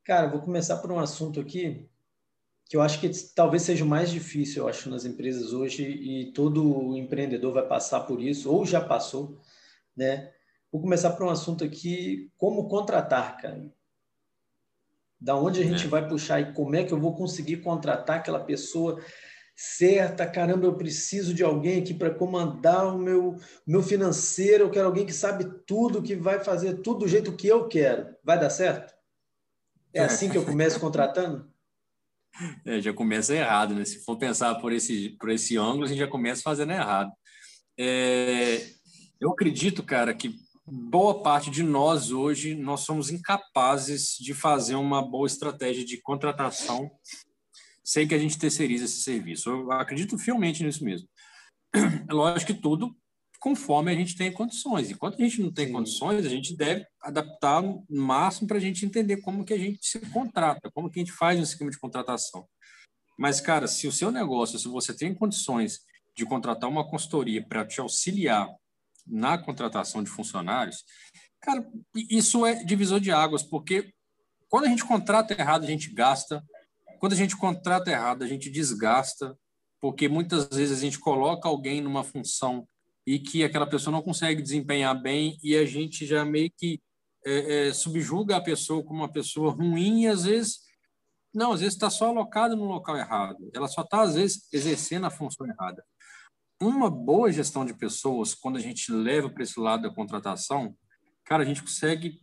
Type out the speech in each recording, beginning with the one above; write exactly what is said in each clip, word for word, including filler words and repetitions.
Cara, vou começar por um assunto aqui que eu acho que talvez seja o mais difícil, eu acho, nas empresas hoje, e todo empreendedor vai passar por isso, ou já passou, né? Vou começar por um assunto aqui, como contratar, cara. Da onde a gente É. vai puxar e como é que eu vou conseguir contratar aquela pessoa certa? Caramba, eu preciso de alguém aqui para comandar o meu, meu financeiro, eu quero alguém que sabe tudo, que vai fazer tudo do jeito que eu quero. Vai dar certo? É assim que eu começo contratando? É, já começa errado, né? Se for pensar por esse, por esse ângulo, a gente já começa fazendo errado. É, eu acredito, cara, que boa parte de nós hoje, nós somos incapazes de fazer uma boa estratégia de contratação sem que a gente terceirize esse serviço. Eu acredito fielmente nisso mesmo. É lógico que tudo conforme a gente tem condições. Enquanto a gente não tem Sim, condições, a gente deve adaptar no máximo para a gente entender como que a gente se contrata, como que a gente faz um esquema de contratação. Mas, cara, se o seu negócio, se você tem condições de contratar uma consultoria para te auxiliar na contratação de funcionários, cara, isso é divisor de águas, porque quando a gente contrata errado, a gente gasta. Quando a gente contrata errado, a gente desgasta, porque muitas vezes a gente coloca alguém numa função e que aquela pessoa não consegue desempenhar bem e a gente já meio que é, é, subjuga a pessoa como uma pessoa ruim e às vezes não, às vezes está só alocada no local errado. Ela só está, às vezes, exercendo a função errada. Uma boa gestão de pessoas, quando a gente leva para esse lado da contratação, cara, a gente consegue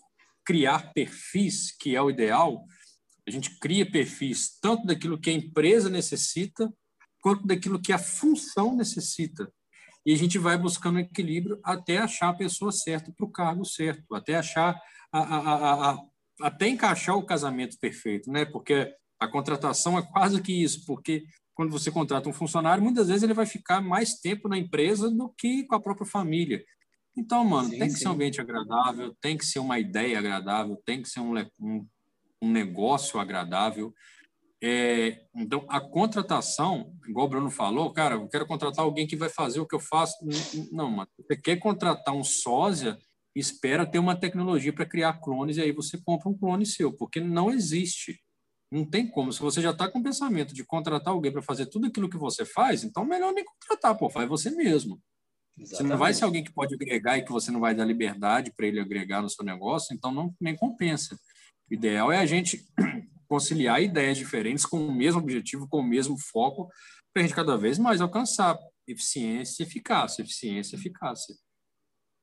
criar perfis, que é o ideal. A gente cria perfis tanto daquilo que a empresa necessita, quanto daquilo que a função necessita. E a gente vai buscando equilíbrio até achar a pessoa certa para o cargo certo, até achar a, a, a, a, até encaixar o casamento perfeito, né? Porque a contratação é quase que isso, porque quando você contrata um funcionário, muitas vezes ele vai ficar mais tempo na empresa do que com a própria família. Então, mano, sim, tem que ser um sim. ambiente agradável, tem que ser uma ideia agradável, tem que ser um, um, um negócio agradável. É, então, a contratação, igual o Bruno falou, cara, eu quero contratar alguém que vai fazer o que eu faço. Não, mano, você quer contratar um sósia, espera ter uma tecnologia para criar clones e aí você compra um clone seu, porque não existe. Não tem como. Se você já está com o pensamento de contratar alguém para fazer tudo aquilo que você faz, então melhor nem contratar, pô, faz você mesmo. Se não vai ser Exatamente. alguém que pode agregar e que você não vai dar liberdade para ele agregar no seu negócio, então não nem compensa. O ideal é a gente conciliar ideias diferentes com o mesmo objetivo, com o mesmo foco, para a gente cada vez mais alcançar eficiência e eficácia, eficiência e eficácia.